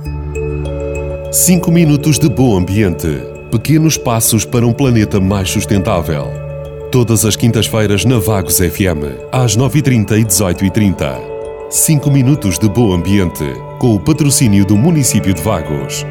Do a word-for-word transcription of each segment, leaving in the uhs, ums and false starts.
cinco minutos de bom ambiente. Pequenos passos para um planeta mais sustentável. Todas as quintas-feiras na Vagos F M, às nove e trinta e dezoito e trinta. cinco minutos de bom ambiente, com o patrocínio do município de Vagos.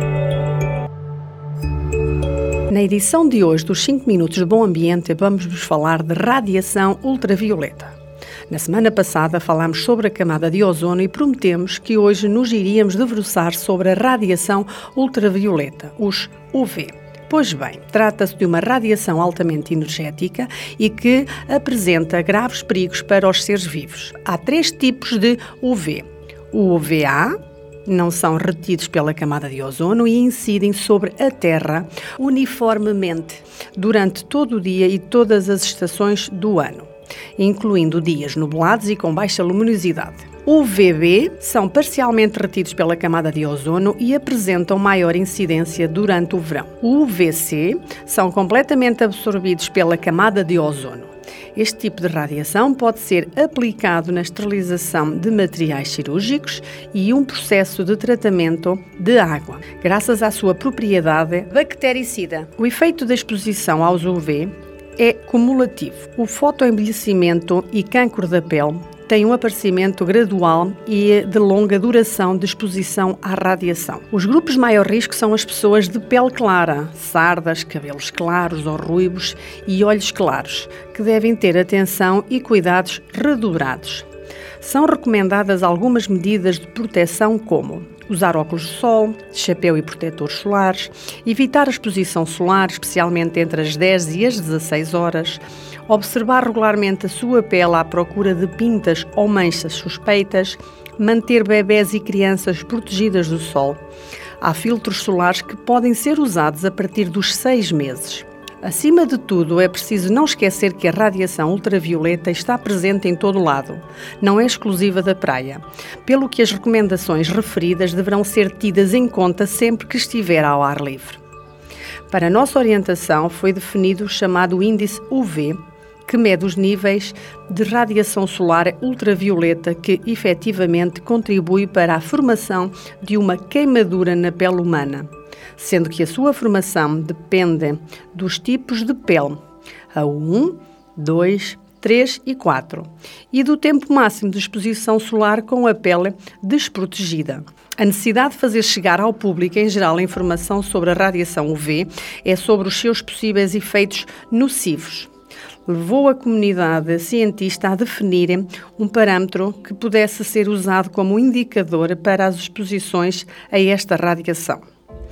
Na edição de hoje dos cinco minutos de bom ambiente, vamos-vos falar de radiação ultravioleta. Na semana passada falámos sobre a camada de ozono e prometemos que hoje nos iríamos debruçar sobre a radiação ultravioleta, os U V. Pois bem, trata-se de uma radiação altamente energética e que apresenta graves perigos para os seres vivos. Há três tipos de U V. O U V A não são retidos pela camada de ozono e incidem sobre a Terra uniformemente durante todo o dia e todas as estações do ano, incluindo dias nublados e com baixa luminosidade. O U V B são parcialmente retidos pela camada de ozono e apresentam maior incidência durante o verão. O U V C são completamente absorvidos pela camada de ozono. Este tipo de radiação pode ser aplicado na esterilização de materiais cirúrgicos e um processo de tratamento de água, graças à sua propriedade bactericida. O efeito da exposição aos U V é cumulativo. O fotoenvelhecimento e cancro da pele têm um aparecimento gradual e de longa duração de exposição à radiação. Os grupos de maior risco são as pessoas de pele clara, sardas, cabelos claros ou ruivos e olhos claros, que devem ter atenção e cuidados redobrados. São recomendadas algumas medidas de proteção como usar óculos de sol, chapéu e protetores solares, evitar a exposição solar, especialmente entre as dez e as dezasseis horas, observar regularmente a sua pele à procura de pintas ou manchas suspeitas, manter bebés e crianças protegidas do sol. Há filtros solares que podem ser usados a partir dos seis meses. Acima de tudo, é preciso não esquecer que a radiação ultravioleta está presente em todo o lado, não é exclusiva da praia, pelo que as recomendações referidas deverão ser tidas em conta sempre que estiver ao ar livre. Para a nossa orientação foi definido o chamado índice U V, que mede os níveis de radiação solar ultravioleta que efetivamente contribui para a formação de uma queimadura na pele humana, sendo que a sua formação depende dos tipos de pele, a um, dois, três e quatro, e do tempo máximo de exposição solar com a pele desprotegida. A necessidade de fazer chegar ao público em geral a informação sobre a radiação U V é sobre os seus possíveis efeitos nocivos. Levou a comunidade cientista a definir um parâmetro que pudesse ser usado como indicador para as exposições a esta radiação.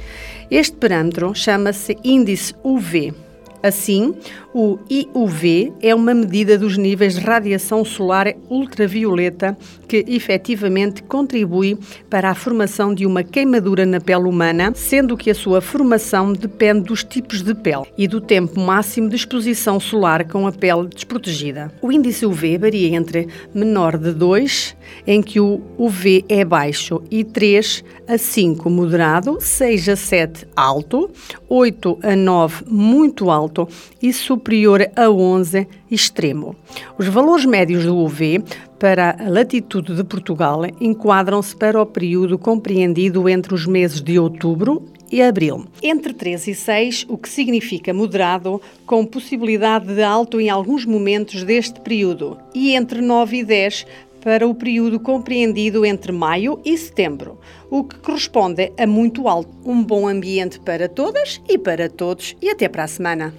Este parâmetro chama-se índice U V. Assim, o I U V é uma medida dos níveis de radiação solar ultravioleta que efetivamente contribui para a formação de uma queimadura na pele humana, sendo que a sua formação depende dos tipos de pele e do tempo máximo de exposição solar com a pele desprotegida. O índice U V varia entre menor de dois, em que o U V é baixo, e três a cinco moderado, seis a sete alto, oito a nove muito alto e superior a onze extremo. Os valores médios do U V para a latitude de Portugal enquadram-se para o período compreendido entre os meses de outubro e abril, entre três e seis, o que significa moderado, com possibilidade de alto em alguns momentos deste período, e entre nove e dez para o período compreendido entre maio e setembro, o que corresponde a muito alto. Um bom ambiente para todas e para todos, e até para a semana.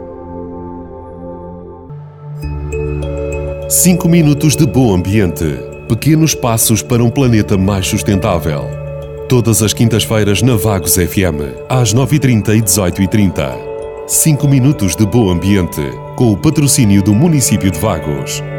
cinco minutos de bom ambiente. Pequenos passos para um planeta mais sustentável. Todas as quintas-feiras na Vagos F M, às nove e trinta e dezoito e trinta. cinco minutos de bom ambiente, com o patrocínio do município de Vagos.